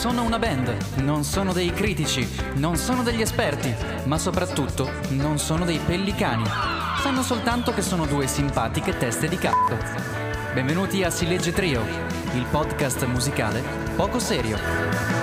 sono una band, non sono dei critici, non sono degli esperti, ma soprattutto non sono dei pellicani. Sanno soltanto che sono due simpatiche teste di cazzo. Benvenuti a Si Legge Trio, il podcast musicale poco serio.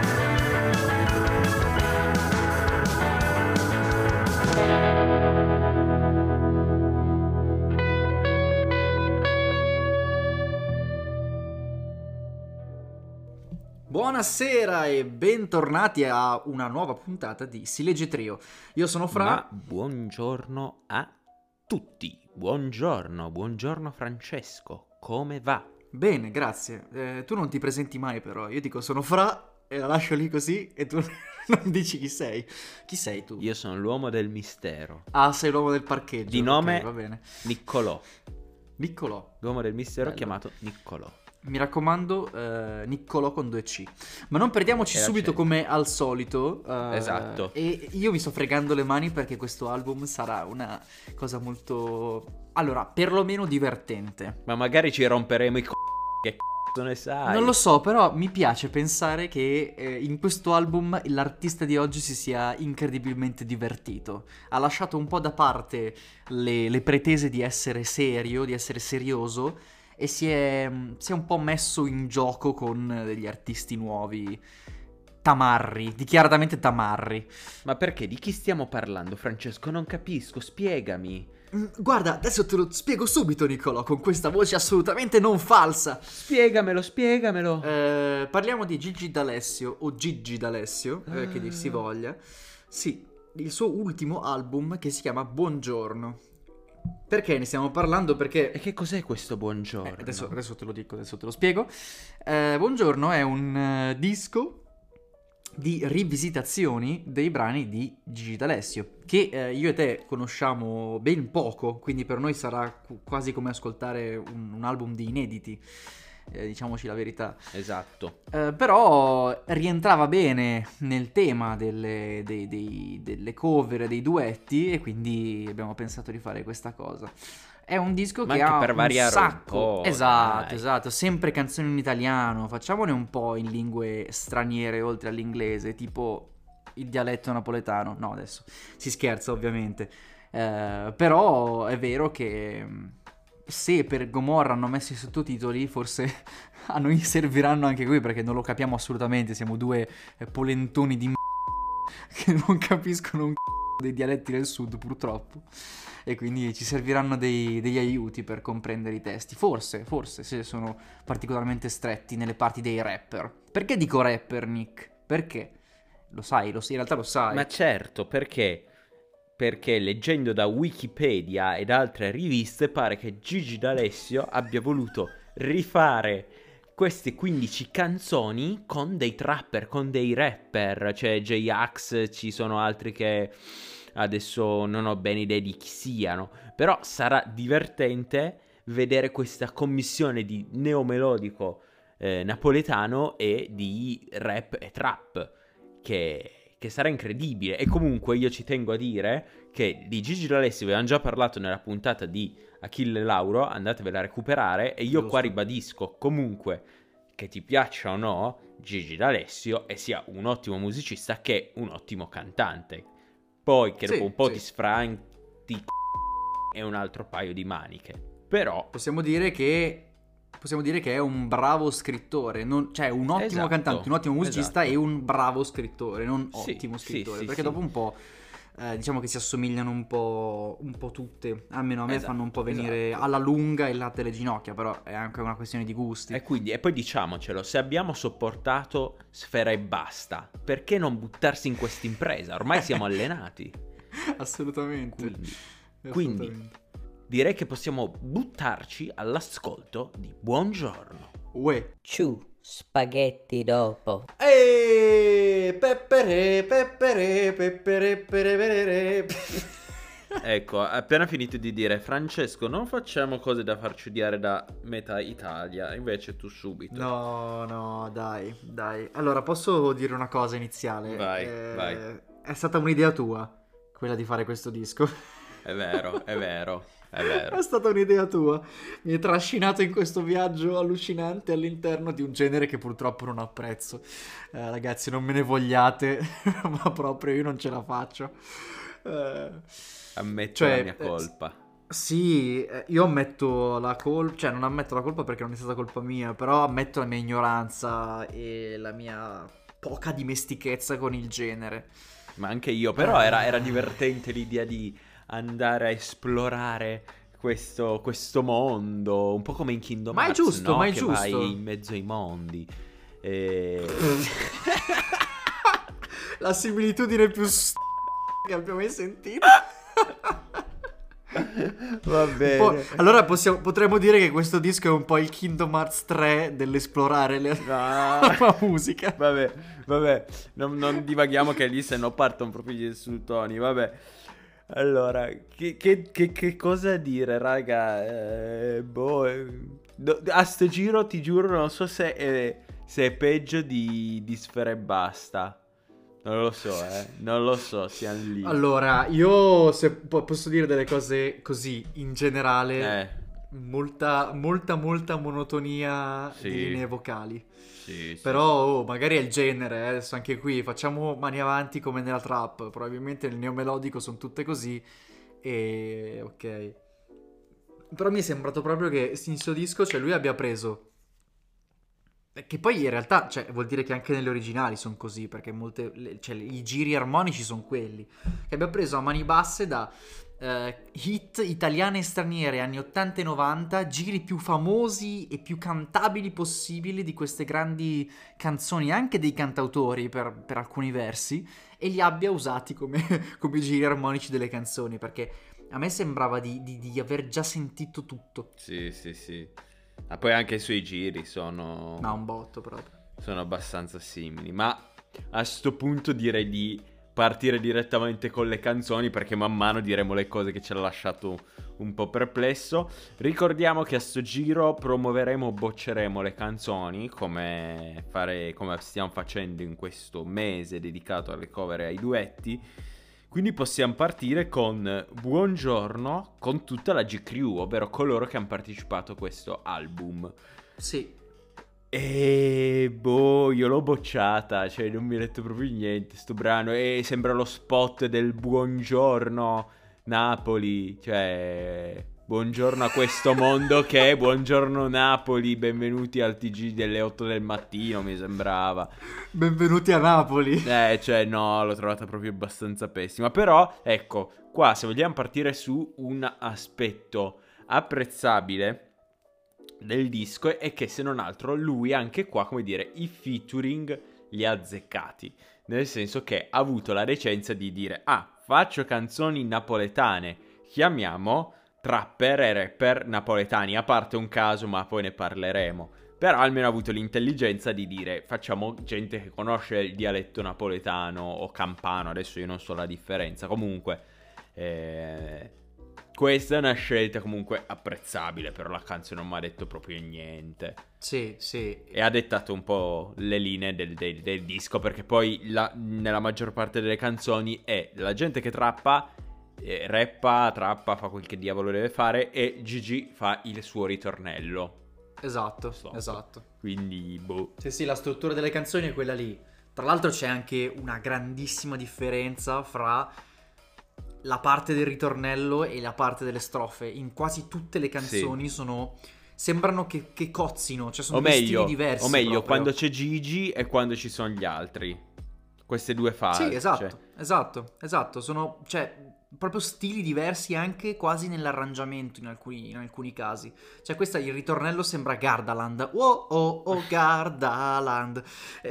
Buonasera e bentornati a una nuova puntata di Si Legge Trio. Io sono Fra. Ma buongiorno a tutti. Buongiorno Francesco. Come va? Bene, grazie. Tu non ti presenti mai però. Io dico sono Fra e la lascio lì così e tu non dici chi sei. Chi sei tu? Io sono l'uomo del mistero. Ah, sei l'uomo del parcheggio. Di nome okay, va bene. Niccolò. Niccolò. L'uomo del mistero Bello. chiamato Niccolò. Mi raccomando, Niccolò con 2 C. Ma non perdiamoci subito come al solito. Esatto. E io mi sto fregando le mani perché questo album sarà una cosa molto... Allora, perlomeno divertente. Ma magari ci romperemo i che c***o ne sai? Non lo so, però mi piace pensare che in questo album l'artista di oggi si sia incredibilmente divertito. Ha lasciato un po' da parte le pretese di essere serio, di essere serioso, e si è un po' messo in gioco con degli artisti nuovi, tamarri, dichiaratamente tamarri. Ma perché? Di chi stiamo parlando, Francesco? Non capisco, spiegami. Guarda, adesso te lo spiego subito, Niccolò, con questa voce assolutamente non falsa. Spiegamelo. Parliamo di Gigi D'Alessio, o Gigi D'Alessio, che dir si voglia. Sì, il suo ultimo album che si chiama Buongiorno. Perché ne stiamo parlando? Perché... E che cos'è questo Buongiorno? Adesso te lo dico, adesso te lo spiego. Buongiorno è un disco di rivisitazioni dei brani di Gigi D'Alessio, che io e te conosciamo ben poco, quindi per noi sarà quasi come ascoltare un album di inediti, diciamoci la verità. Esatto. Però rientrava bene nel tema delle cover, dei duetti, e quindi abbiamo pensato di fare questa cosa. È un disco ma che anche ha per un variare sacco, un po', esatto, sempre canzoni in italiano, facciamone un po' in lingue straniere oltre all'inglese, tipo il dialetto napoletano. No, adesso si scherza ovviamente, però è vero che se per Gomorra hanno messo i sottotitoli, forse a noi serviranno anche qui, perché non lo capiamo assolutamente, siamo due polentoni di che non capiscono un dei dialetti del sud, purtroppo, e quindi ci serviranno degli aiuti per comprendere i testi, forse se sono particolarmente stretti nelle parti dei rapper. Perché dico rapper, Nick? Perché? Lo sai, in realtà lo sai. Ma certo, perché leggendo da Wikipedia ed altre riviste pare che Gigi D'Alessio abbia voluto rifare queste 15 canzoni con dei trapper, con dei rapper. C'è J-Ax, ci sono altri che adesso non ho bene idea di chi siano, però sarà divertente vedere questa commissione di neomelodico napoletano e di rap e trap che sarà incredibile. E comunque io ci tengo a dire che di Gigi D'Alessio vi abbiamo già parlato nella puntata di Achille Lauro, andatevela a recuperare, e io Giusto. qua ribadisco comunque che ti piaccia o no Gigi D'Alessio è sia un ottimo musicista che un ottimo cantante. Poi che dopo un po' ti sfranti è un altro paio di maniche, però possiamo dire che è un bravo scrittore, cioè un ottimo cantante, un ottimo musicista e un bravo scrittore, non ottimo scrittore, perché dopo un po' diciamo che si assomigliano un po' tutte, almeno a me fanno un po' venire alla lunga il latte alle ginocchia, però è anche una questione di gusti. E poi diciamocelo, se abbiamo sopportato Sfera Ebbasta, perché non buttarsi in questa impresa? Ormai siamo allenati. Assolutamente. Quindi direi che possiamo buttarci all'ascolto di Buongiorno. Uè. Ciu, spaghetti dopo. Peppere, peppere, peppere, peppere. Ecco, appena finito di dire Francesco, non facciamo cose da farci odiare da metà Italia, invece tu subito. No, dai. Allora, posso dire una cosa iniziale? Vai. È stata un'idea tua, quella di fare questo disco. È vero. È vero. È stata un'idea tua. Mi hai trascinato in questo viaggio allucinante all'interno di un genere che purtroppo non apprezzo. Ragazzi, non me ne vogliate, ma proprio io non ce la faccio. Ammetto Cioè, la mia colpa. sì, io ammetto la colpa, cioè non ammetto la colpa perché non è stata colpa mia, però ammetto la mia ignoranza e la mia poca dimestichezza con il genere. Ma anche io, però era divertente l'idea di andare a esplorare questo mondo, un po' come in Kingdom Ma è Hearts, giusto, no? ma è Che giusto. vai in mezzo ai mondi. E... La similitudine più che abbia mai sentito. Va bene. Allora potremmo dire che questo disco è un po' il Kingdom Hearts 3 dell'esplorare No. la musica. Vabbè, non divaghiamo che lì se no partono proprio gli insultoni, vabbè. Allora, che cosa dire, raga? A sto giro ti giuro non so se è peggio di Sfera e Basta. Non lo so, non lo so, siamo lì. Allora, io se posso dire delle cose così in generale, molta monotonia Sì. di linee vocali. Sì, Però magari è il genere, adesso anche qui facciamo mani avanti come nella trap, probabilmente nel neomelodico sono tutte così e ok. Però mi è sembrato proprio che in suo disco, cioè lui abbia preso, che poi in realtà, cioè, vuol dire che anche nelle originali sono così, perché cioè, i giri armonici sono quelli, che abbia preso a mani basse da hit italiane e straniere anni 80 e 90, giri più famosi e più cantabili possibili di queste grandi canzoni, anche dei cantautori per alcuni versi, e li abbia usati come giri armonici delle canzoni, perché a me sembrava di aver già sentito tutto. Sì. Ma poi anche i suoi giri sono... Ma un botto proprio. Sono abbastanza simili. Ma a sto punto direi di partire direttamente con le canzoni, perché man mano diremo le cose che ci ha lasciato un po' perplesso. Ricordiamo che a sto giro promuoveremo, bocceremo le canzoni come stiamo facendo in questo mese dedicato alle cover e ai duetti. Quindi possiamo partire con Buongiorno con tutta la G-Crew, ovvero coloro che hanno partecipato a questo album. Sì. E io l'ho bocciata, cioè non mi ha detto proprio niente sto brano. E sembra lo spot del Buongiorno Napoli, cioè buongiorno a questo mondo che è buongiorno Napoli, benvenuti al TG delle 8 del mattino, mi sembrava. Benvenuti a Napoli. Cioè no, l'ho trovata proprio abbastanza pessima. Però, ecco, qua se vogliamo partire su un aspetto apprezzabile del disco è che, se non altro, lui anche qua, come dire, i featuring li ha azzeccati. Nel senso che ha avuto la decenza di dire: faccio canzoni napoletane, chiamiamo trapper e rapper napoletani, a parte un caso, ma poi ne parleremo. Però almeno ha avuto l'intelligenza di dire: facciamo gente che conosce il dialetto napoletano o campano, adesso io non so la differenza. Comunque, questa è una scelta comunque apprezzabile, però la canzone non mi ha detto proprio niente. Sì. E ha dettato un po' le linee del disco, perché poi nella maggior parte delle canzoni è la gente che trappa, trappa, fa quel che diavolo deve fare, e Gigi fa il suo ritornello. Esatto. Quindi, Sì, la struttura delle canzoni è quella lì. Tra l'altro c'è anche una grandissima differenza fra la parte del ritornello e la parte delle strofe. In quasi tutte le canzoni sembrano che cozzino, cioè sono due stili diversi. O meglio, proprio. quando c'è Gigi e quando ci sono gli altri. Queste due fasi. Sì, esatto. Sono, cioè, proprio stili diversi anche quasi nell'arrangiamento in alcuni casi. Cioè, il ritornello sembra Gardaland. Oh, Gardaland.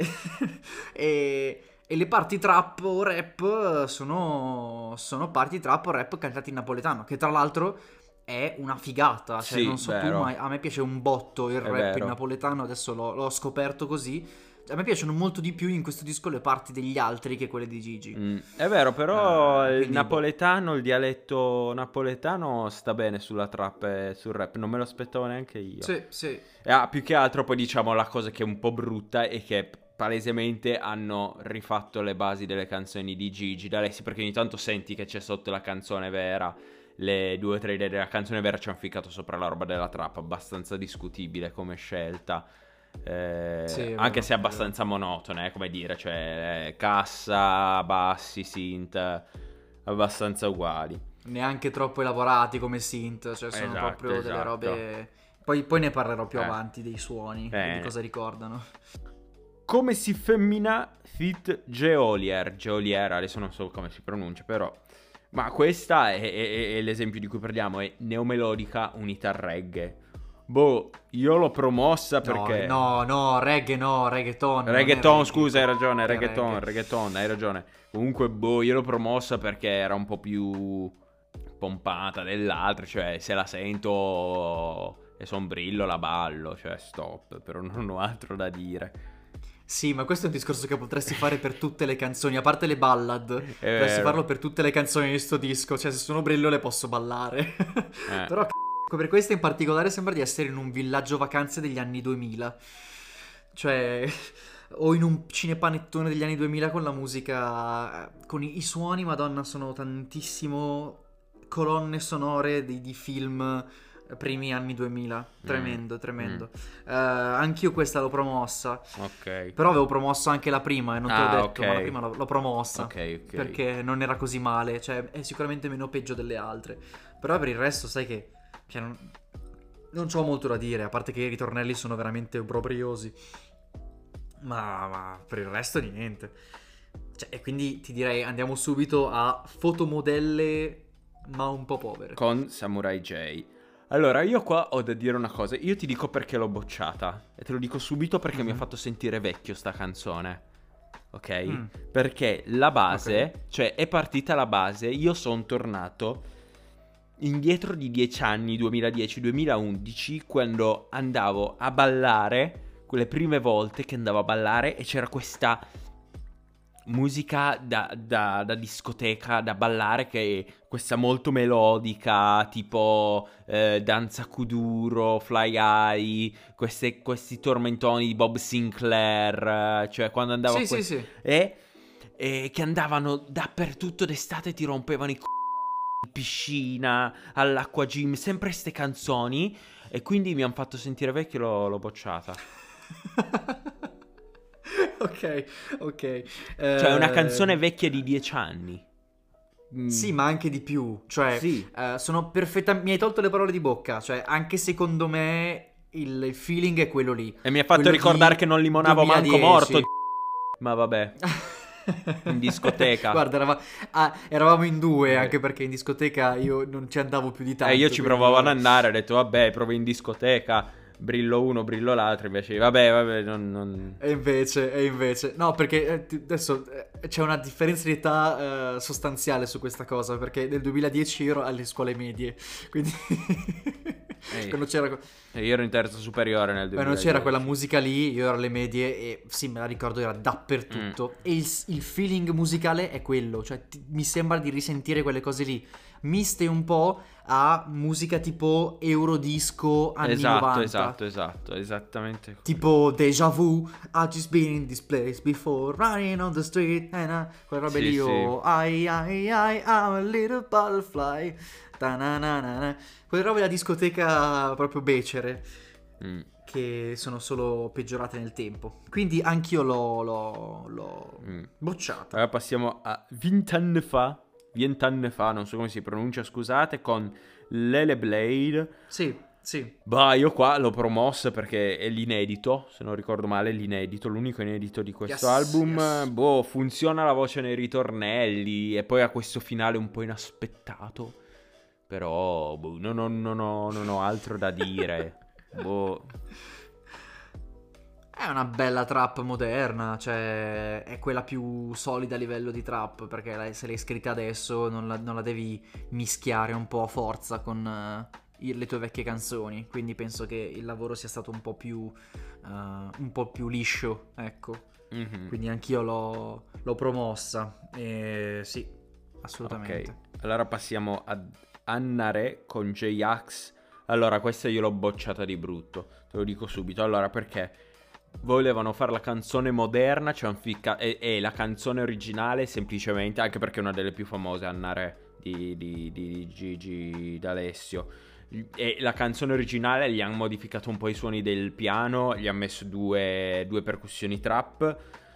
E le parti trap o rap sono parti trap o rap cantati in napoletano, che tra l'altro è una figata. Cioè, Sì, non so vero. tu, ma a me piace un botto il rap vero. in napoletano, adesso l'ho scoperto così. A me piacciono molto di più in questo disco le parti degli altri che quelle di Gigi. È vero, però il quindi, napoletano, il dialetto napoletano sta bene sulla trap e sul rap, non me lo aspettavo neanche io. Sì. Più che altro poi diciamo la cosa che è un po' brutta è che palesemente hanno rifatto le basi delle canzoni di Gigi D'Alessi, perché ogni tanto senti che c'è sotto la canzone vera le 2 o 3 idee della canzone vera ci hanno ficcato sopra la roba della trap, abbastanza discutibile come scelta. Sì, è Anche vero, se è abbastanza monotone, come dire, cioè cassa, bassi, synth, abbastanza uguali. neanche troppo elaborati come synth, cioè sono Esatto, proprio delle esatto. robe... Poi ne parlerò più Eh. avanti dei suoni, Bene. di cosa ricordano. Come si femmina fit Geolier? Geolier, adesso non so come si pronuncia, però. Ma questa è l'esempio di cui parliamo, è neomelodica unita al reggae. Boh, io l'ho promossa perché... No, reggaeton. non è Reggaeton, reggae. scusa, hai ragione, È reggaeton, hai ragione. Comunque, boh, io l'ho promossa perché era un po' più pompata dell'altra, cioè se la sento e sombrillo la ballo, cioè stop, però non ho altro da dire. Sì, ma questo è un discorso che potresti fare per tutte le canzoni, a parte le ballad, potresti vero. farlo per tutte le canzoni di sto disco, cioè se sono brillo le posso ballare. Però per questa in particolare sembra di essere in un villaggio vacanze degli anni 2000, cioè o in un cinepanettone degli anni 2000 con la musica, con i suoni, madonna, sono tantissimo colonne sonore di film primi anni 2000, tremendo. Anch'io questa l'ho promossa, Ok. però avevo promosso anche la prima e non te l'ho detto, ok. ma la prima l'ho promossa. Ok. Perché non era così male, cioè è sicuramente meno peggio delle altre. Però per il resto sai che cioè, non c'ho molto da dire, a parte che i ritornelli sono veramente obbrobriosi. Ma per il resto di niente. Cioè, e quindi ti direi andiamo subito a fotomodelle ma un po' povere. Con Samurai J. Allora, io qua ho da dire una cosa. Io ti dico perché l'ho bocciata. E te lo dico subito perché mi ha fatto sentire vecchio sta canzone. Ok? Perché la base, cioè è partita la base, io sono tornato indietro di 10 anni, 2010-2011, quando andavo a ballare, quelle prime volte che andavo a ballare e c'era questa musica da discoteca, da ballare, che è questa molto melodica, tipo Danza Kuduro, Fly High, questi tormentoni di Bob Sinclair, cioè quando andavo Sì. e che andavano dappertutto d'estate, ti rompevano i in piscina, all'acqua gym, sempre ste canzoni, e quindi mi hanno fatto sentire vecchio e l'ho bocciata. Ok. Cioè è una canzone vecchia di 10 anni. Sì, ma anche di più. Cioè, Sì. sono perfettamente... Mi hai tolto le parole di bocca. Cioè, anche secondo me il feeling è quello lì. E mi ha fatto Quello ricordare di che non limonavo manco 2010. morto. Ma vabbè. In discoteca. Guarda, eravamo in due, anche perché in discoteca io non ci andavo più di tanto. Io ci quindi provavo ad vabbè. andare, ho detto vabbè, provo in discoteca. Brillo uno, brillo l'altro, invece vabbè, non... E invece, no, perché adesso c'è una differenza di età sostanziale su questa cosa, perché nel 2010 io ero alle scuole medie, quindi quando c'era, Io ero in terza superiore nel 2010. quando c'era quella musica lì, io ero alle medie e sì, me la ricordo, era dappertutto. E il feeling musicale è quello, cioè mi sembra di risentire quelle cose lì, miste un po' a musica tipo Eurodisco anni 90. Esatto, esattamente. Tipo Deja Vu, I just been in this place before, running on the street, quelle robe Sì, lì, sì. I'm a little butterfly, ta-na-na-na-na. Quelle robe da discoteca proprio becere, che sono solo peggiorate nel tempo. Quindi anch'io l'ho bocciata. Allora passiamo a 20 anni fa, non so come si pronuncia, scusate, con Lele Blade. Sì. Bah, io qua l'ho promossa perché è l'inedito, se non ricordo male, è l'inedito, l'unico inedito di questo album. Yes. Boh, funziona la voce nei ritornelli e poi ha questo finale un po' inaspettato. Però, boh, non ho altro da dire. Boh. È una bella trap moderna, cioè è quella più solida a livello di trap, perché se l'hai scritta adesso non la devi mischiare un po' a forza con le tue vecchie canzoni, quindi penso che il lavoro sia stato un po' più liscio, ecco. Quindi anch'io l'ho promossa, e sì, assolutamente. Ok, allora passiamo ad Anna Re con J-Ax. Allora, questa io l'ho bocciata di brutto, te lo dico subito. Allora, perché volevano fare la canzone moderna, cioè e la canzone originale semplicemente, anche perché è una delle più famose, Anna Re, di Gigi D'Alessio. E la canzone originale gli hanno modificato un po' i suoni del piano, gli hanno messo due percussioni trap.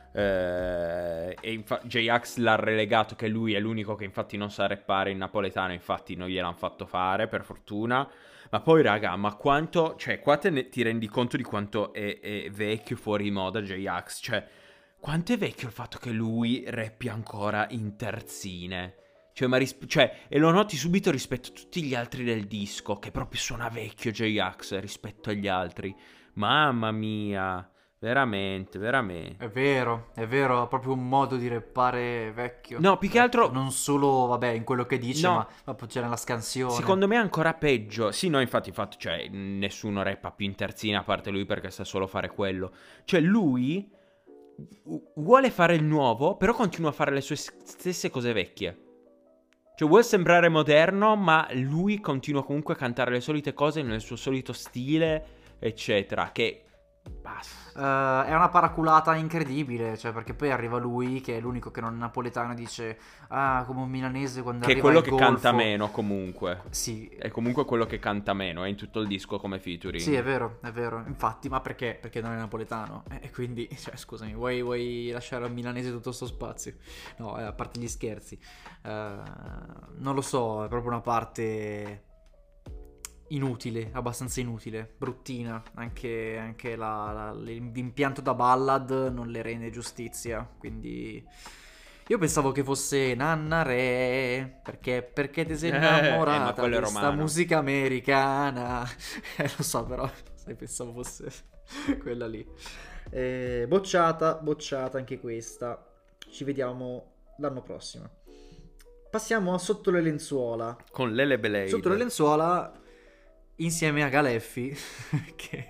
E J-Ax l'ha relegato che lui è l'unico che infatti non sa rappare in napoletano, infatti non gliel'hanno fatto fare, per fortuna. Ma poi raga, ma quanto, cioè qua ti rendi conto di quanto è vecchio fuori moda J-Ax, cioè quanto è vecchio il fatto che lui rappi ancora in terzine. Cioè, e lo noti subito rispetto a tutti gli altri del disco, che proprio suona vecchio J-Ax rispetto agli altri. Mamma mia, veramente, veramente. È vero, ha proprio un modo di rappare vecchio. No, più che altro... Non solo, vabbè, in quello che dice, No. ma proprio c'è nella scansione. Secondo me è ancora peggio. Sì, no, infatti, cioè, nessuno rappa più in terzina a parte lui perché sa solo fare quello. Cioè, lui vuole fare il nuovo, però continua a fare le sue stesse cose vecchie. Cioè, vuole sembrare moderno, ma lui continua comunque a cantare le solite cose nel suo solito stile, eccetera. Che basta. È una paraculata incredibile, cioè, perché poi arriva lui, che è l'unico che non è napoletano, e dice: ah, come un milanese quando Che è arriva quello il che golfo. canta meno, comunque. Sì. È comunque quello che canta meno, è in tutto il disco come featuring. Sì, è vero, infatti, ma perché? Perché non è napoletano, e quindi, cioè, scusami, vuoi lasciare a un milanese tutto sto spazio? No, a parte gli scherzi, non lo so, è proprio una parte inutile, abbastanza inutile, bruttina, anche l'impianto da ballad non le rende giustizia, quindi... Io pensavo che fosse Nanna Re, perché ti sei ma innamorata quello è di questa romano. musica americana. Lo so, però, sai, pensavo fosse quella lì. Bocciata anche questa. Ci vediamo l'anno prossimo. Passiamo a Sotto le lenzuola. Con Lele Belei. Sotto le lenzuola, insieme a Galeffi, che...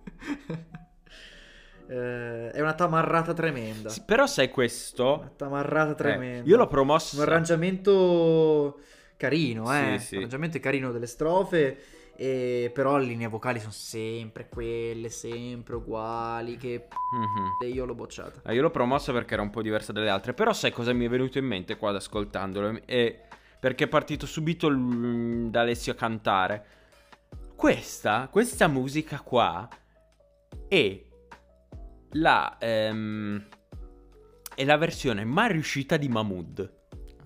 è una tamarrata tremenda. Sì, però sai questo? Una tamarrata tremenda. Io l'ho promossa. Un arrangiamento carino, Sì. Un arrangiamento carino delle strofe. Però le linee vocali sono sempre quelle, sempre uguali. Che io l'ho bocciata. Io l'ho promossa perché era un po' diversa dalle altre. Però sai cosa mi è venuto in mente qua ad ascoltandolo? Perché è partito subito da Alessio a cantare. Questa musica qua è la versione mai riuscita di Mahmood.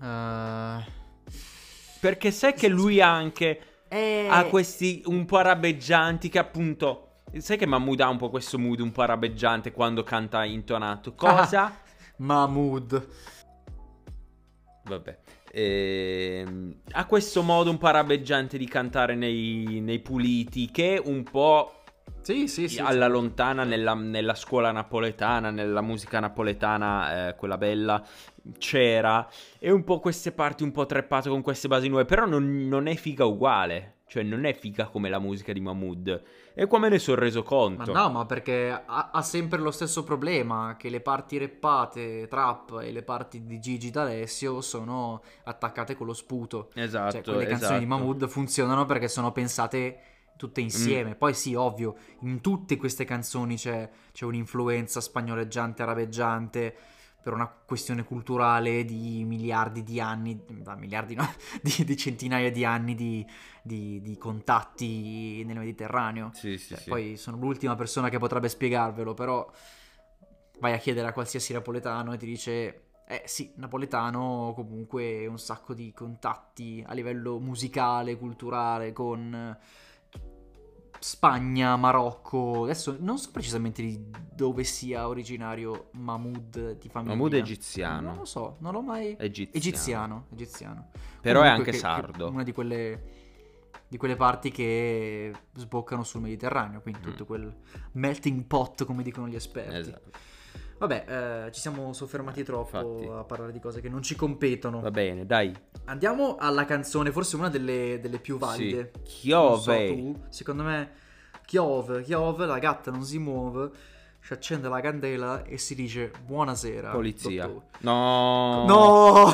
Perché sai che lui anche ha questi un po' arabeggianti che appunto... Sai che Mahmood ha un po' questo mood un po' arabeggiante quando canta intonato. Cosa? Mahmood. Vabbè. Ha questo modo un po' arabeggiante di cantare nei puliti che un po'... Sì, alla lontana nella scuola napoletana, nella musica napoletana, quella bella, c'era. E un po' queste parti un po' treppate con queste basi nuove. Però non è figa uguale. Cioè non è figa come la musica di Mahmood. E qua me ne sono reso conto. Ma no, ma perché ha sempre lo stesso problema, che le parti rappate, trap, e le parti di Gigi D'Alessio sono attaccate con lo sputo. Esatto, cioè quelle canzoni di Mahmood funzionano perché sono pensate tutte insieme. Poi sì, ovvio, in tutte queste canzoni c'è un'influenza spagnoleggiante, arabeggiante, per una questione culturale di miliardi di anni, miliardi no, di centinaia di anni di contatti nel Mediterraneo. Sì. Poi sono l'ultima persona che potrebbe spiegarvelo, però vai a chiedere a qualsiasi napoletano e ti dice... sì, napoletano comunque un sacco di contatti a livello musicale, culturale, con... Spagna, Marocco, adesso non so precisamente di dove sia originario Mahmood di famiglia. Mahmood è egiziano. Non lo so, non l'ho mai... Egiziano. Comunque Però è anche sardo. Una di quelle parti che sboccano sul Mediterraneo, quindi tutto quel melting pot, come dicono gli esperti. Esatto. Vabbè, ci siamo soffermati troppo Infatti. a parlare di cose che non ci competono. Va bene, dai. Andiamo alla canzone, forse una delle più valide. Sì. Chiove. Non so tu, secondo me Chiove, la gatta non si muove, si accende la candela e si dice buonasera, Polizia. dottore. No.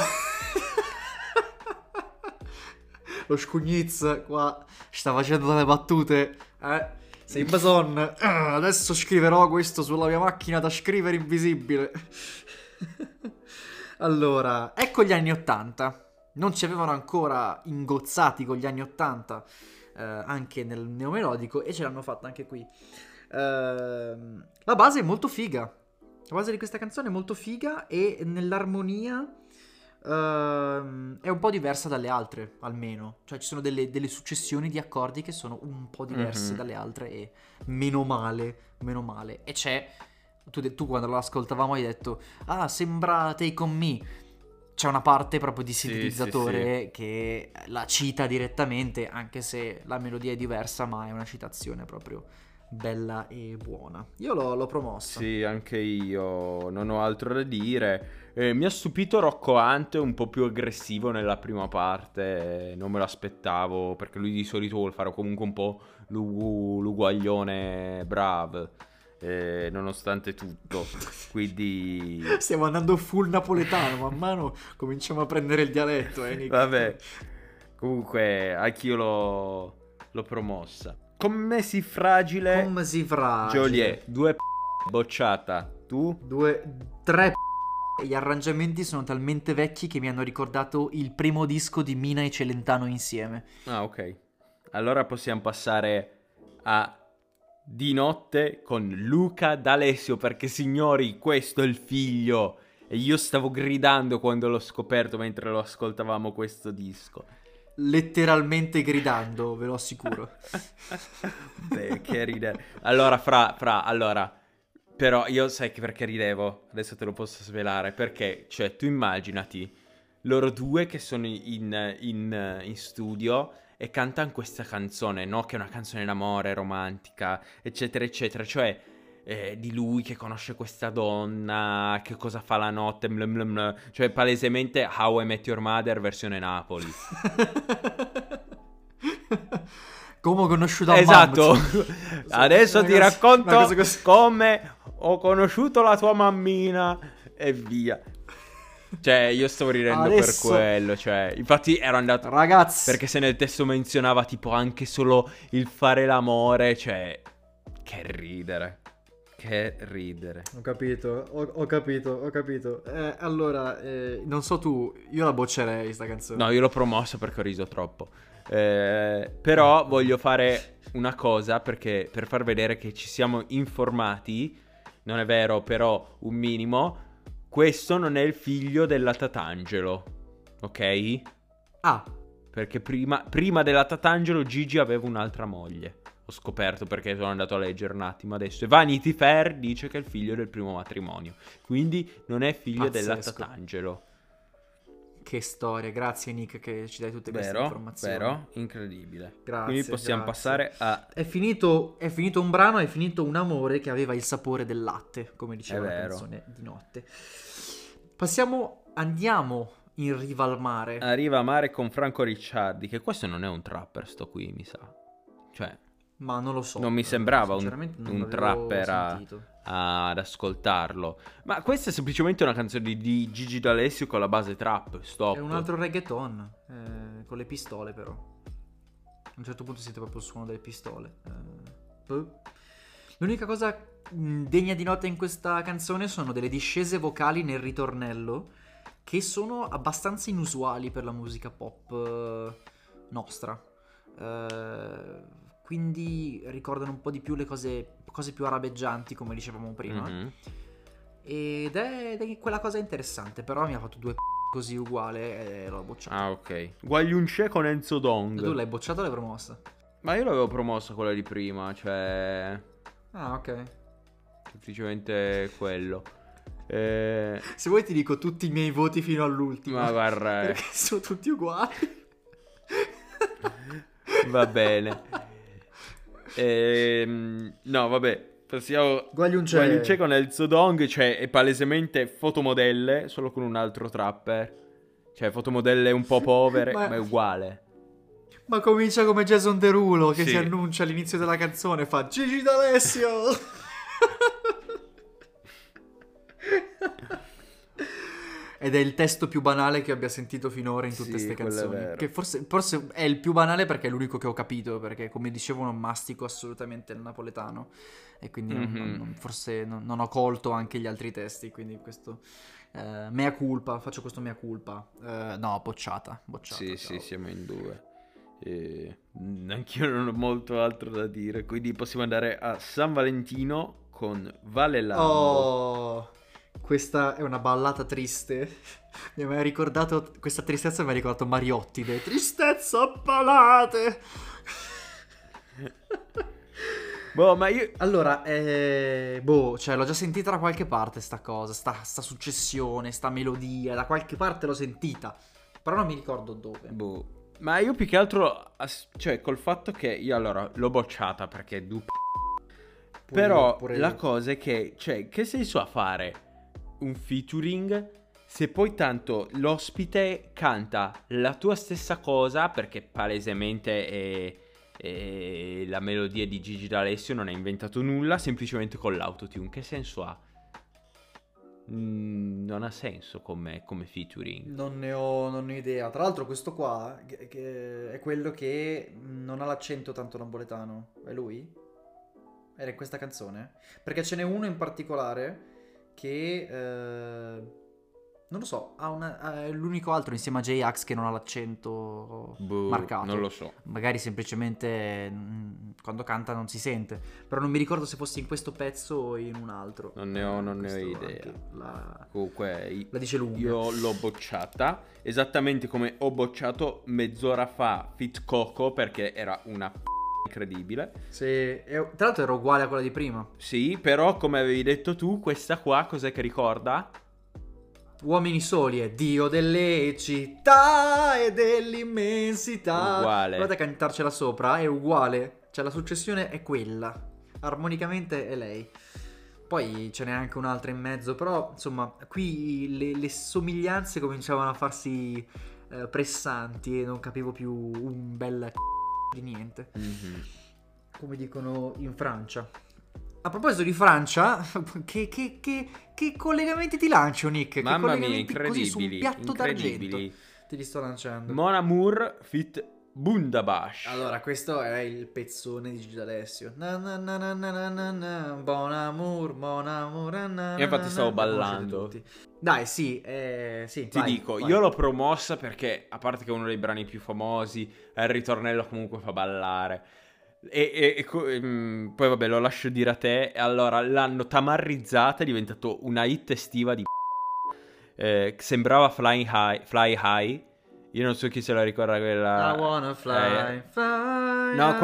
Lo Scugnizz qua sta facendo delle battute, sei Bason. Adesso scriverò questo sulla mia macchina da scrivere invisibile. Allora, ecco gli anni 80. non ci avevano ancora ingozzati con gli anni 80 anche nel neomelodico, e ce l'hanno fatta anche qui. La base è molto figa, la base di questa canzone è molto figa, e nell'armonia è un po' diversa dalle altre, almeno. Cioè ci sono delle successioni di accordi che sono un po' diverse dalle altre, e meno male. E c'è, tu quando lo ascoltavamo hai detto, ah, sembra Take On Me. C'è una parte proprio di sintetizzatore che la cita direttamente, anche se la melodia è diversa, ma è una citazione proprio bella e buona. Io l'ho promossa. Sì, anche io non ho altro da dire. Mi ha stupito Rocco Hunt, un po' più aggressivo nella prima parte, non me lo aspettavo, perché lui di solito vuole fare comunque un po' l'uguaglione bravo, nonostante tutto, quindi... Stiamo andando full napoletano, man mano cominciamo a prendere il dialetto, Nick. Vabbè, comunque anch'io l'ho promossa. Come si fragile Joliet, 2 bocciata, tu? 3 Gli arrangiamenti sono talmente vecchi che mi hanno ricordato il primo disco di Mina e Celentano insieme. Ah, ok. Allora possiamo passare a Di notte con Luca D'Alessio, perché signori, questo è il figlio. E io stavo gridando quando l'ho scoperto mentre lo ascoltavamo questo disco. Letteralmente gridando, ve lo assicuro. Beh, che ridere. Allora, allora, però io sai che perché ridevo? Adesso te lo posso svelare. Perché, cioè, tu immaginati loro due che sono in studio e cantano questa canzone, no? Che è una canzone d'amore, romantica, eccetera, eccetera. Cioè, di lui che conosce questa donna, che cosa fa la notte, bla bla bla. Cioè, palesemente How I Met Your Mother versione Napoli. Come ho conosciuto Esatto. Mamma. Adesso ti racconto come ho conosciuto la tua mammina e via. Cioè, io stavo ridendo Adesso... per quello, cioè, infatti ero andato... Ragazzi, perché se nel testo menzionava tipo anche solo il fare l'amore, cioè, che ridere. Che ridere. Ho capito, ho capito. Allora, non so tu, io la boccerei sta canzone. No, io l'ho promossa perché ho riso troppo. Però voglio fare una cosa, perché per far vedere che ci siamo informati, non è vero, però un minimo, questo non è il figlio della Tatangelo, ok? Ah, Perché prima della Tatangelo Gigi aveva un'altra moglie. Ho scoperto perché sono andato a leggere un attimo adesso. E Vanity Fair dice che è il figlio del primo matrimonio. Quindi non è figlio della Tatangelo. che storia, grazie Nick che ci dai tutte queste informazioni. Vero, incredibile. Grazie. Quindi possiamo passare a... È finito un brano, è finito un amore che aveva il sapore del latte, come diceva la vero. canzone di notte. Andiamo in riva al mare. Arriva a mare con Franco Ricciardi, che questo non è un trapper, sto qui, mi sa. Cioè, ma non lo so. Non mi sembrava sinceramente non un l'avevo trapper sentito. ad ascoltarlo. Ma questa è semplicemente una canzone di Gigi D'Alessio con la base trap, stop. È un altro reggaeton, con le pistole però. A un certo punto sente proprio il suono delle pistole. L'unica cosa degna di nota in questa canzone sono delle discese vocali nel ritornello che sono abbastanza inusuali per la musica pop nostra. Quindi ricordano un po' di più le cose più arabeggianti, come dicevamo prima. Mm-hmm. Ed è quella cosa interessante, però mi ha fatto due così uguale e l'ho bocciato. Ah, ok. Guagliunce con Enzo Dong. Tu l'hai bocciato o l'hai promossa? Ma io l'avevo promossa quella di prima, cioè... Ah, ok. Semplicemente quello. Se vuoi ti dico tutti i miei voti fino all'ultimo. Ma guarda... Perché sono tutti uguali. Va bene. No, vabbè. Passiamo. Guagliunce con Enzo Dong, cioè è palesemente fotomodelle, solo con un altro trapper. Cioè fotomodelle un po' povere, ma è uguale. Ma comincia come Jason Derulo che Sì. si annuncia all'inizio della canzone, fa Gigi D'Alessio. Ed è il testo più banale che abbia sentito finora in tutte queste quello è canzoni. vero. Che forse è il più banale perché è l'unico che ho capito. Perché, come dicevo, non mastico assolutamente il napoletano. E quindi forse non ho colto anche gli altri testi. Quindi questo. Mea culpa, faccio questo mea culpa. No, bocciata. Sì, Ciao. siamo in due. Anch'io non ho molto altro da dire. Quindi possiamo andare a San Valentino con Vale Lambo. Oh, questa è una ballata triste. Mi ha ricordato, questa tristezza mi ha ricordato Mariotti, le tristezza a palate. Boh, ma io... Allora, cioè l'ho già sentita da qualche parte sta cosa, sta successione, sta melodia, da qualche parte l'ho sentita, però non mi ricordo dove. Boh. Ma io più che altro, cioè col fatto che io allora l'ho bocciata perché però pure la io. cosa è che, cioè, che senso ha fare un featuring se poi tanto l'ospite canta la tua stessa cosa, perché palesemente la melodia di Gigi D'Alessio non ha inventato nulla, semplicemente con l'autotune. Che senso ha? Non ha senso come featuring. Non ne ho idea. Tra l'altro questo qua che è quello che non ha l'accento tanto napoletano. È lui? Era in questa canzone? Perché ce n'è uno in particolare che non lo so, è l'unico altro insieme a J-Ax che non ha l'accento marcato. Non lo so. Magari semplicemente quando canta non si sente. Però non mi ricordo se fosse in questo pezzo o in un altro. Non ne ho Questo idea. anche Comunque la dice lunga. io l'ho bocciata, esattamente come ho bocciato mezz'ora fa Fit Coco, perché era una incredibile. Sì, tra l'altro era uguale a quella di prima. Sì, però come avevi detto tu, questa qua cos'è che ricorda? Uomini soli è Dio delle città e dell'immensità. Uguale. Guardate a cantarcela sopra, è uguale. Cioè la successione è quella. Armonicamente è lei. Poi ce n'è anche un'altra in mezzo, però insomma qui le somiglianze cominciavano a farsi pressanti e non capivo più un bel di niente. Come dicono in Francia. A proposito di Francia, che collegamenti ti lancio, Nick? Mamma che mia, collegamenti così su un incredibili, piatto d'argento incredibili. te li sto lanciando. Mon Amour fit Bundabash. Allora, questo è il pezzone di Gigi D'Alessio. Na na na na na na na na, Bon amour, na na. Io infatti stavo la conoscete ballando. tutti. Dai, sì, sì. Ti dico, io l'ho promossa perché, a parte che è uno dei brani più famosi, il ritornello comunque fa ballare. Poi vabbè, lo lascio dire a te. Allora, l'hanno tamarrizzata, è diventato una hit estiva di sembrava Fly High. Io non so chi se la ricorda quella. I wanna fly, fly. No,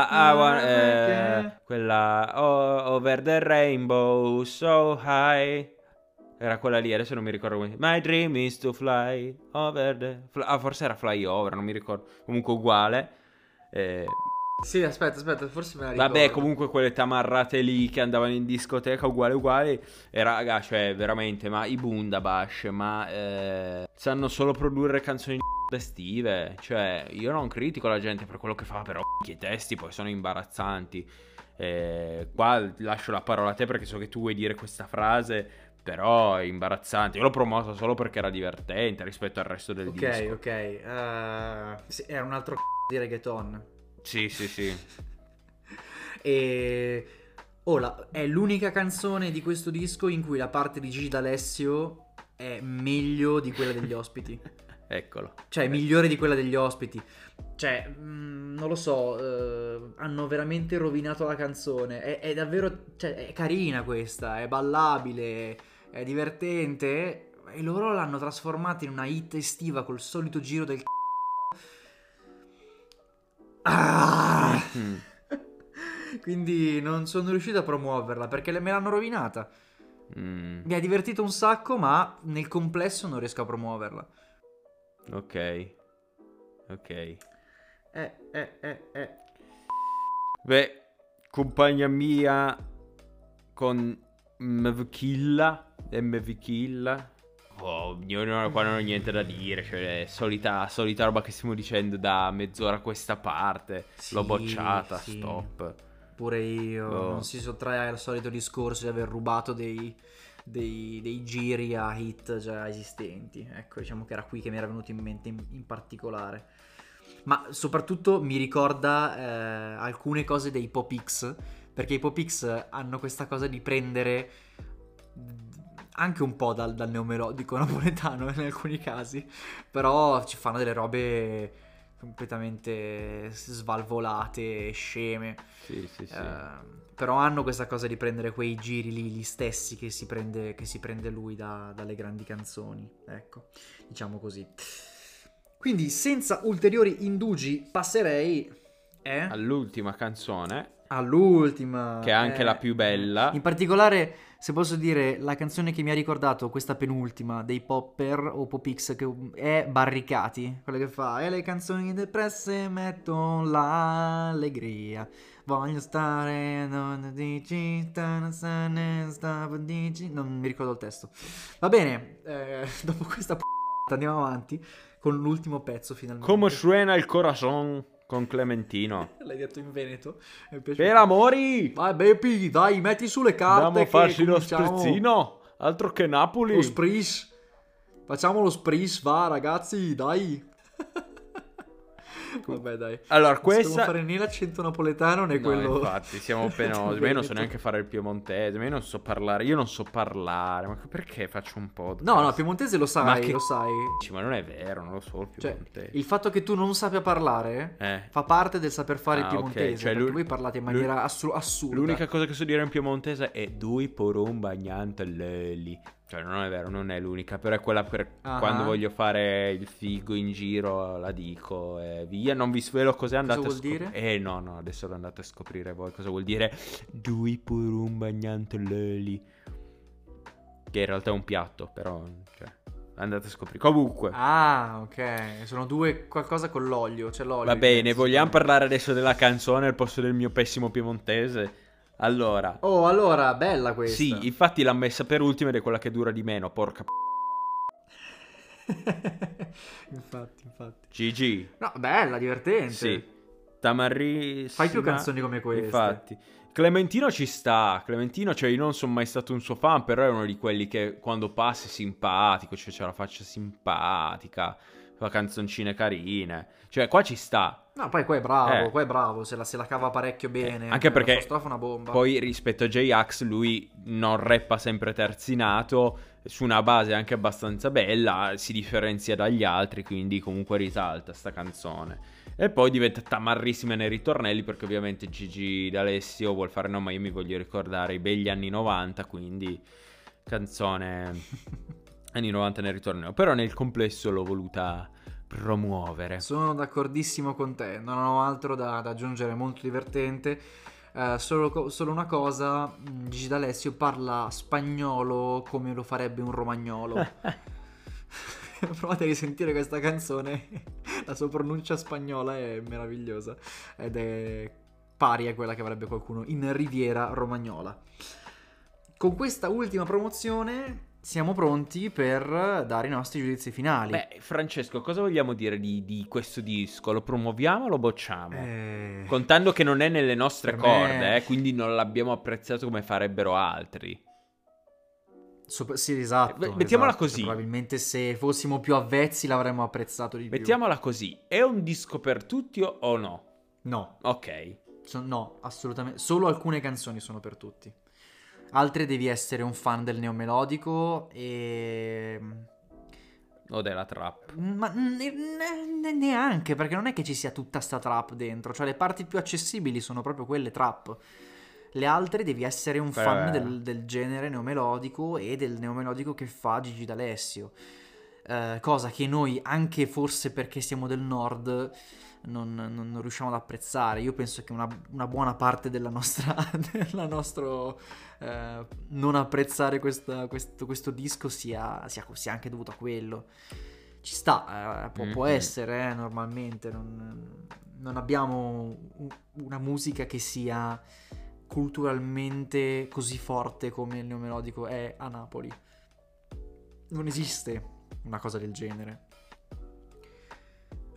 quella Over the Rainbow So High. Era quella lì, adesso non mi ricordo come. My dream is to fly over the forse era Fly Over, non mi ricordo. Comunque uguale. Sì, aspetta, forse me la ricordo. Vabbè, comunque quelle tamarrate lì che andavano in discoteca uguale. E raga, cioè veramente, ma i Bundabash, sanno solo produrre canzoni estive. Cioè, io non critico la gente per quello che fa, però i testi poi sono imbarazzanti. Qua lascio la parola a te perché so che tu vuoi dire questa frase, però è imbarazzante. Io l'ho promosso solo perché era divertente rispetto al resto del disco. Ok. Sì, era un altro di reggaeton. Sì. E è l'unica canzone di questo disco in cui la parte di Gigi D'Alessio è meglio di quella degli ospiti. Eccolo. Cioè, è migliore di quella degli ospiti. Cioè, non lo so, hanno veramente rovinato la canzone. È davvero, cioè, è carina questa, è ballabile, è divertente. E loro l'hanno trasformata in una hit estiva col solito giro del Quindi non sono riuscito a promuoverla perché me l'hanno rovinata. Mi ha divertito un sacco, ma nel complesso non riesco a promuoverla. Ok. Beh, compagna mia con MV Killa. Io qua non ho niente da dire, cioè solita roba che stiamo dicendo da mezz'ora a questa parte. Sì, L'ho bocciata, sì. stop. Pure io, Oh. non si sottrae al solito discorso di aver rubato dei dei giri a hit già esistenti. Ecco, diciamo che era qui che mi era venuto in mente in particolare. Ma soprattutto mi ricorda alcune cose dei Pop X, perché i Pop X hanno questa cosa di prendere anche un po' dal neomelodico napoletano in alcuni casi, però ci fanno delle robe completamente svalvolate e sceme. Sì. Però hanno questa cosa di prendere quei giri lì, gli stessi che si prende lui dalle grandi canzoni, ecco, diciamo così. Quindi senza ulteriori indugi passerei all'ultima canzone, all'ultima, che è anche la più bella. In particolare, se posso dire, la canzone che mi ha ricordato questa penultima dei Popper o Pop X, che è Barricati, quella che fa: e le canzoni depresse mettono l'allegria, voglio stare, non dici, non mi ricordo il testo. Va bene, dopo questa andiamo avanti con l'ultimo pezzo finalmente. Come suena il corazon con Clementino. L'hai detto in Veneto. Per amori! Vai baby, dai, metti sulle carte. Andiamo a che farci lo cominciamo. sprizzino. Altro che Napoli. Lo spris. Facciamo lo spris, va ragazzi, dai. Vabbè, dai. Allora, non questa... Non fare né l'accento napoletano né No, quello... infatti, siamo penosi. Ma io non so neanche fare il piemontese. Ma io non so parlare. Io non so parlare. Ma perché faccio un podcast? No, il piemontese lo sai, Ma che lo sai. Ma non è vero, non lo so il piemontese. Cioè, il fatto che tu non sappia parlare fa parte del saper fare il piemontese. Ok, cioè perché voi parlate in maniera assurda. L'unica cosa che so dire in piemontese è dui por un bagnante leli. Cioè, non è vero, non è l'unica, però è quella per quando voglio fare il figo in giro, la dico e via. Non vi svelo cos'è, andate cosa vuol dire? No, adesso lo andate a scoprire voi cosa vuol dire dui por un bagnante leli. Che in realtà è un piatto, però, cioè, andate a scoprire. Comunque. Ah, ok, sono due qualcosa con l'olio, c'è l'olio. Va bene, vogliamo parlare adesso della canzone al posto del mio pessimo piemontese? Allora, bella questa. Sì, infatti l'ha messa per ultima ed è quella che dura di meno, porca infatti. GG. No, bella, divertente. Sì. Tamarri. Fai più canzoni come queste. Infatti. Clementino ci sta. Clementino, cioè, io non sono mai stato un suo fan, però è uno di quelli che quando passa è simpatico, cioè c'ha la faccia simpatica, fa canzoncine carine. Cioè, qua ci sta. No, poi qua è bravo, se la cava parecchio bene. Anche perché la sua strofa è una bomba. Poi rispetto a J-Ax lui non rappa sempre terzinato, su una base anche abbastanza bella, si differenzia dagli altri, quindi comunque risalta sta canzone. E poi diventa tamarrissima nei ritornelli, perché ovviamente Gigi D'Alessio vuol fare no, ma io mi voglio ricordare i begli anni 90, quindi canzone anni 90 nel ritornello. Però nel complesso l'ho voluta promuovere. Sono d'accordissimo con te, non ho altro da aggiungere, molto divertente. Solo una cosa, Gigi D'Alessio parla spagnolo come lo farebbe un romagnolo. Provate a risentire questa canzone, la sua pronuncia spagnola è meravigliosa ed è pari a quella che avrebbe qualcuno in Riviera Romagnola. Con questa ultima promozione siamo pronti per dare i nostri giudizi finali. Beh, Francesco, cosa vogliamo dire di questo disco? Lo promuoviamo o lo bocciamo? Contando che non è nelle nostre corde, quindi non l'abbiamo apprezzato come farebbero altri. Sì, esatto. Mettiamola così. Probabilmente se fossimo più avvezzi l'avremmo apprezzato di più. Mettiamola così. È un disco per tutti o no? No. Ok. No, assolutamente. Solo alcune canzoni sono per tutti. Altre devi essere un fan del neomelodico e... O della trap. Ma neanche, perché non è che ci sia tutta sta trap dentro. Cioè le parti più accessibili sono proprio quelle trap. Le altre devi essere un fan del genere neomelodico e del neomelodico che fa Gigi D'Alessio. Cosa che noi, anche forse perché siamo del nord, non riusciamo ad apprezzare. Io penso che una buona parte della nostra non apprezzare questo disco sia anche dovuto a quello. Ci sta, può essere, normalmente non abbiamo una musica che sia culturalmente così forte come il neomelodico è a Napoli. Non esiste una cosa del genere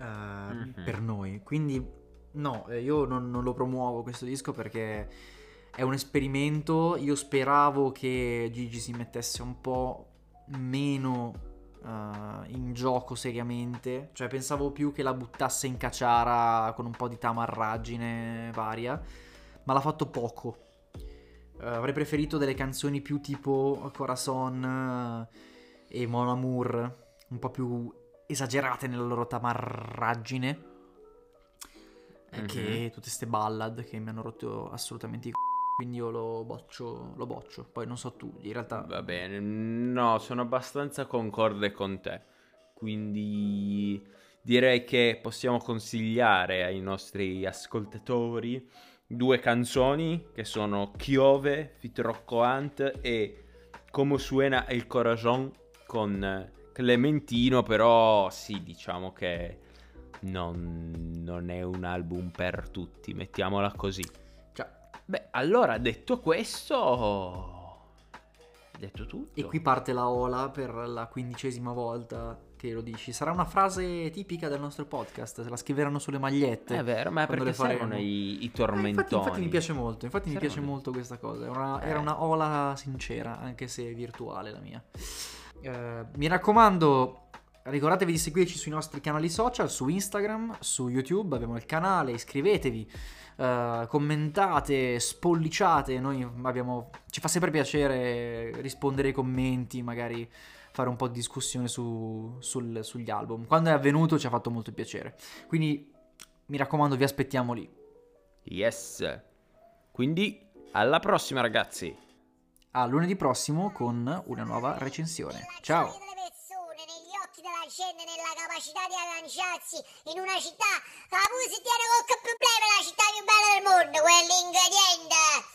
per noi, quindi no, io non lo promuovo questo disco perché è un esperimento. Io speravo che Gigi si mettesse un po' meno in gioco seriamente, cioè pensavo più che la buttasse in caciara con un po' di tamarraggine varia, ma l'ha fatto poco. Avrei preferito delle canzoni più tipo Corazon e Mon Amour, un po' più esagerate nella loro tamarraggine, che tutte ste ballad che mi hanno rotto assolutamente i quindi io lo boccio. Poi non so tu, in realtà... Va bene, no, sono abbastanza concorde con te. Quindi direi che possiamo consigliare ai nostri ascoltatori due canzoni che sono Chiove, feat. Rocco Hunt e Como suena el corazón con Clementino, però sì, diciamo che non è un album per tutti, mettiamola così. Beh, allora, detto questo, detto tutto. E qui parte la ola per la 15ª volta che lo dici. Sarà una frase tipica del nostro podcast, se la scriveranno sulle magliette. È vero, ma quando perché le faremo. servono i tormentoni. Infatti mi piace molto, mi piace molto questa cosa. Era una ola sincera, anche se virtuale la mia. Mi raccomando, ricordatevi di seguirci sui nostri canali social, su Instagram, su YouTube, abbiamo il canale, iscrivetevi. Commentate, spolliciate, ci fa sempre piacere rispondere ai commenti, magari fare un po' di discussione sugli album. Quando è avvenuto ci ha fatto molto piacere, quindi mi raccomando, vi aspettiamo lì. Yes, quindi alla prossima ragazzi. A lunedì prossimo con una nuova recensione. Ciao. Della gente, nella capacità di agganciarsi in una città che pure si tiene qualche problema, la città più bella del mondo, quell'ingrediente